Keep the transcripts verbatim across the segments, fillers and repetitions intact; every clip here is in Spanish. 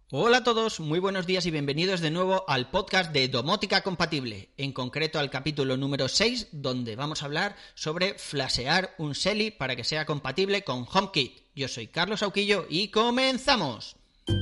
Hola a todos, muy buenos días y bienvenidos de nuevo al podcast de Domótica Compatible, en concreto al capítulo número seis, donde vamos a hablar sobre flashear un Shelly para que sea compatible con HomeKit. Yo soy Carlos Auquillo y ¡comenzamos!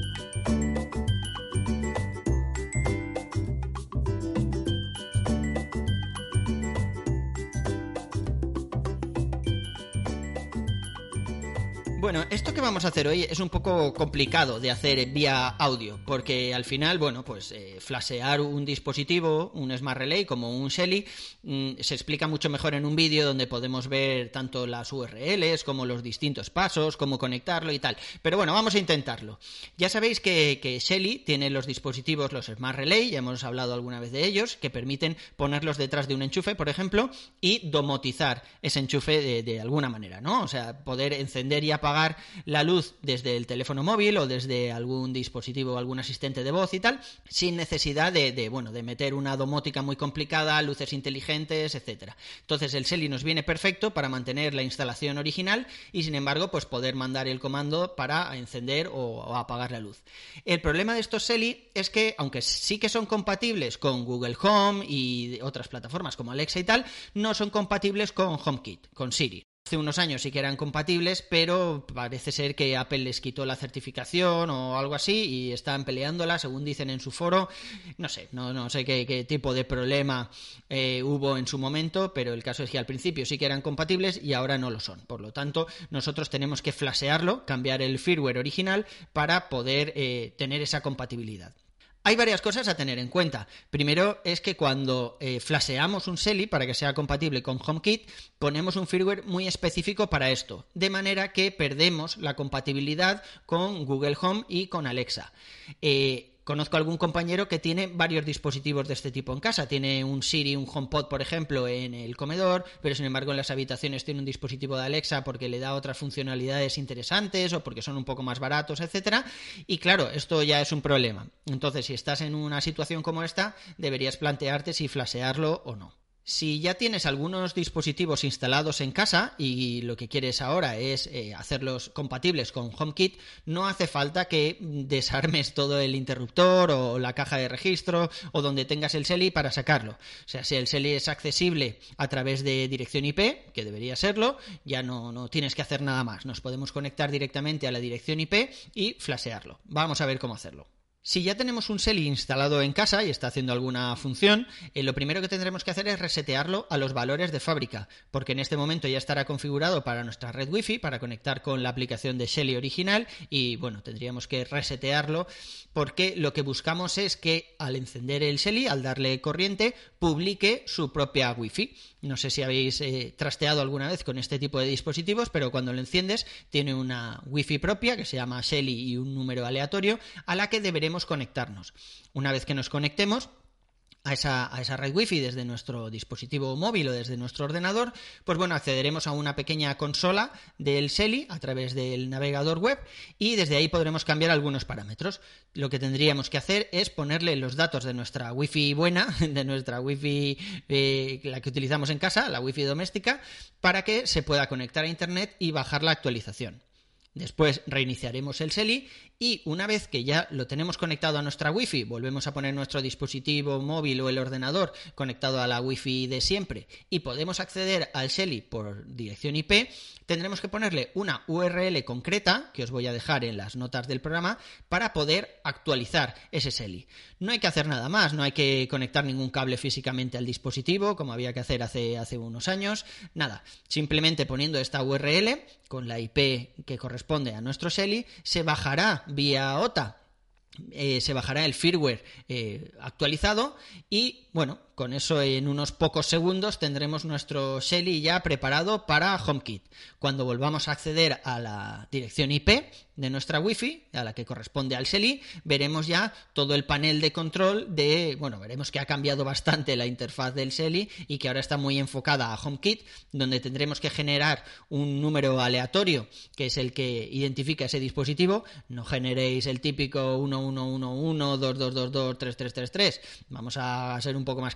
Bueno, esto que vamos a hacer hoy es un poco complicado de hacer vía audio, porque al final, bueno, pues eh, flashear un dispositivo, un Smart Relay como un Shelly, mmm, se explica mucho mejor en un vídeo donde podemos ver tanto las U R Ls como los distintos pasos, cómo conectarlo y tal. Pero bueno, vamos a intentarlo. Ya sabéis que, que Shelly tiene los dispositivos, los Smart Relay, ya hemos hablado alguna vez de ellos, que permiten ponerlos detrás de un enchufe, por ejemplo, y domotizar ese enchufe de, de alguna manera, ¿no? O sea, poder encender y apagar la luz desde el teléfono móvil o desde algún dispositivo, algún asistente de voz y tal, sin necesidad de, de, bueno, de meter una domótica muy complicada, luces inteligentes, etcétera. Entonces el Shelly nos viene perfecto para mantener la instalación original y sin embargo pues poder mandar el comando para encender o, o apagar la luz. El problema de estos Shelly es que, aunque sí que son compatibles con Google Home y otras plataformas como Alexa y tal, no son compatibles con HomeKit, con Siri. Hace unos años sí que eran compatibles, pero parece ser que Apple les quitó la certificación o algo así y están peleándola, según dicen en su foro. No sé, no, no sé qué, qué tipo de problema eh, hubo en su momento, pero el caso es que al principio sí que eran compatibles y ahora no lo son. Por lo tanto, nosotros tenemos que flashearlo, cambiar el firmware original para poder eh, tener esa compatibilidad. Hay varias cosas a tener en cuenta. Primero es que cuando eh, flasheamos un Shelly para que sea compatible con HomeKit, ponemos un firmware muy específico para esto, de manera que perdemos la compatibilidad con Google Home y con Alexa. Eh, Conozco a algún compañero que tiene varios dispositivos de este tipo en casa. Tiene un Siri, un HomePod, por ejemplo, en el comedor, pero sin embargo en las habitaciones tiene un dispositivo de Alexa porque le da otras funcionalidades interesantes o porque son un poco más baratos, etcétera. Y claro, esto ya es un problema. Entonces, si estás en una situación como esta, deberías plantearte si flashearlo o no. Si ya tienes algunos dispositivos instalados en casa y lo que quieres ahora es eh, hacerlos compatibles con HomeKit, no hace falta que desarmes todo el interruptor o la caja de registro o donde tengas el Shelly para sacarlo. O sea, si el Shelly es accesible a través de dirección I P, que debería serlo, ya no, no tienes que hacer nada más. Nos podemos conectar directamente a la dirección I P y flashearlo. Vamos a ver cómo hacerlo. Si ya tenemos un Shelly instalado en casa y está haciendo alguna función, eh, lo primero que tendremos que hacer es resetearlo a los valores de fábrica, porque en este momento ya estará configurado para nuestra red Wi-Fi, para conectar con la aplicación de Shelly original y bueno, tendríamos que resetearlo porque lo que buscamos es que al encender el Shelly, al darle corriente, publique su propia Wi-Fi. No sé si habéis eh, trasteado alguna vez con este tipo de dispositivos, pero cuando lo enciendes tiene una Wi-Fi propia que se llama Shelly y un número aleatorio a la que deberemos conectarnos. Una vez que nos conectemos a esa, a esa red Wi-Fi desde nuestro dispositivo móvil o desde nuestro ordenador, pues bueno, accederemos a una pequeña consola del Shelly a través del navegador web y desde ahí podremos cambiar algunos parámetros. Lo que tendríamos que hacer es ponerle los datos de nuestra Wi-Fi buena, de nuestra Wi-Fi eh, la que utilizamos en casa, la Wi-Fi doméstica, para que se pueda conectar a internet y bajar la actualización. Después reiniciaremos el Shelly y una vez que ya lo tenemos conectado a nuestra Wi-Fi, volvemos a poner nuestro dispositivo móvil o el ordenador conectado a la Wi-Fi de siempre y podemos acceder al Shelly por dirección I P, tendremos que ponerle una U R L concreta, que os voy a dejar en las notas del programa, para poder actualizar ese Shelly. No hay que hacer nada más, no hay que conectar ningún cable físicamente al dispositivo, como había que hacer hace, hace unos años, nada. Simplemente poniendo esta U R L con la I P que corresponde a nuestro Shelly, se bajará vía O T A, eh, se bajará el firmware eh, actualizado y bueno, con eso en unos pocos segundos tendremos nuestro Shelly ya preparado para HomeKit. Cuando volvamos a acceder a la dirección I P de nuestra Wi-Fi, a la que corresponde al Shelly, veremos ya todo el panel de control de, bueno, veremos que ha cambiado bastante la interfaz del Shelly y que ahora está muy enfocada a HomeKit, donde tendremos que generar un número aleatorio, que es el que identifica ese dispositivo. No generéis el típico uno uno uno uno dos dos dos dos tres tres tres tres. Vamos a ser un poco más creativos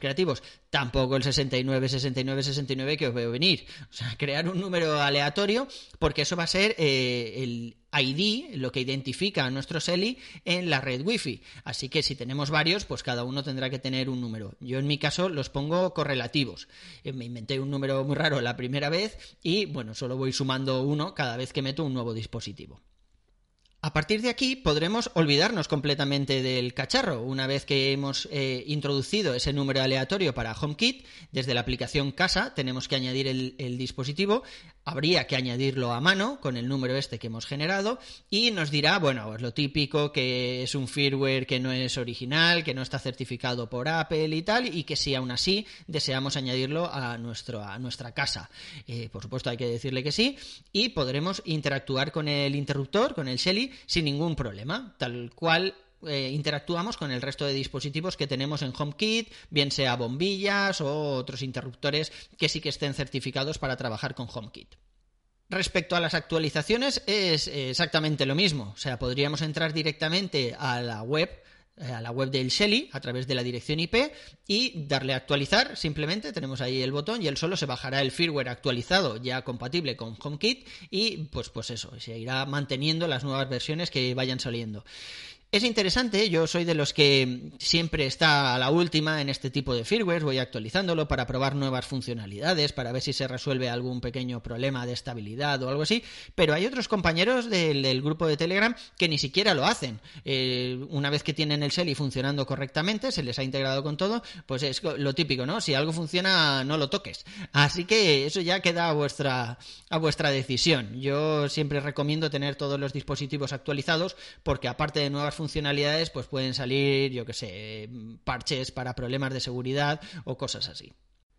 creativos, tampoco el sesenta y nueve, sesenta y nueve, sesenta y nueve que os veo venir. O sea, crear un número aleatorio, porque eso va a ser eh, el I D, lo que identifica a nuestro S E L I en la red Wi-Fi. Así que si tenemos varios, pues cada uno tendrá que tener un número. Yo en mi caso los pongo correlativos. Me inventé un número muy raro la primera vez y, bueno, solo voy sumando uno cada vez que meto un nuevo dispositivo. A partir de aquí podremos olvidarnos completamente del cacharro. Una vez que hemos eh, introducido ese número aleatorio para HomeKit, desde la aplicación Casa tenemos que añadir el, el dispositivo. Habría que añadirlo a mano con el número este que hemos generado y nos dirá, bueno, pues lo típico, que es un firmware que no es original, que no está certificado por Apple y tal, y que si aún así deseamos añadirlo a, nuestro, a nuestra casa. Eh, por supuesto hay que decirle que sí y podremos interactuar con el interruptor, con el S E L I, sin ningún problema, tal cual eh, interactuamos con el resto de dispositivos que tenemos en HomeKit, bien sea bombillas o otros interruptores que sí que estén certificados para trabajar con HomeKit. Respecto a las actualizaciones es exactamente lo mismo, o sea, podríamos entrar directamente a la web a la web del S E L I a través de la dirección I P y darle a actualizar, simplemente tenemos ahí el botón y él solo se bajará el firmware actualizado ya compatible con HomeKit y pues, pues eso, se irá manteniendo las nuevas versiones que vayan saliendo. Es interesante, yo soy de los que siempre está a la última en este tipo de firmware, voy actualizándolo para probar nuevas funcionalidades, para ver si se resuelve algún pequeño problema de estabilidad o algo así, pero hay otros compañeros del, del grupo de Telegram que ni siquiera lo hacen. Eh, una vez que tienen el S E L I funcionando correctamente, se les ha integrado con todo, pues es lo típico, ¿no? Si algo funciona, no lo toques. Así que eso ya queda a vuestra, a vuestra decisión. Yo siempre recomiendo tener todos los dispositivos actualizados porque aparte de nuevas funcionalidades, pues pueden salir, yo que sé, parches para problemas de seguridad o cosas así.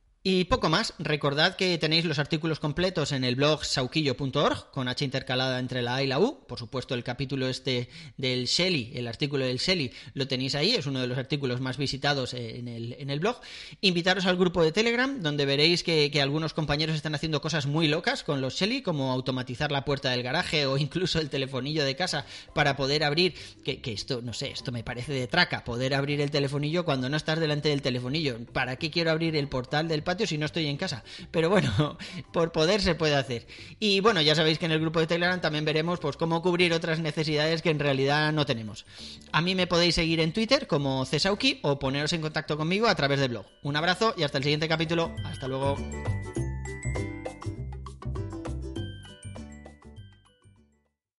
Y poco más, recordad que tenéis los artículos completos en el blog sauquillo punto org, con H intercalada entre la A y la U. Por supuesto, el capítulo este del S E L I, el artículo del S E L I, lo tenéis ahí, es uno de los artículos más visitados en el, en el blog. Invitaros al grupo de Telegram, donde veréis que, que algunos compañeros están haciendo cosas muy locas con los S E L I, como automatizar la puerta del garaje o incluso el telefonillo de casa para poder abrir, que, que esto, no sé, esto me parece de traca, poder abrir el telefonillo cuando no estás delante del telefonillo. ¿Para qué quiero abrir el portal del patio si no estoy en casa? Pero bueno, por poder se puede hacer. Y bueno, ya sabéis que en el grupo de Telegram también veremos pues cómo cubrir otras necesidades que en realidad no tenemos. A mí me podéis seguir en Twitter como Cesauki o poneros en contacto conmigo a través del blog. Un abrazo y hasta el siguiente capítulo. Hasta luego.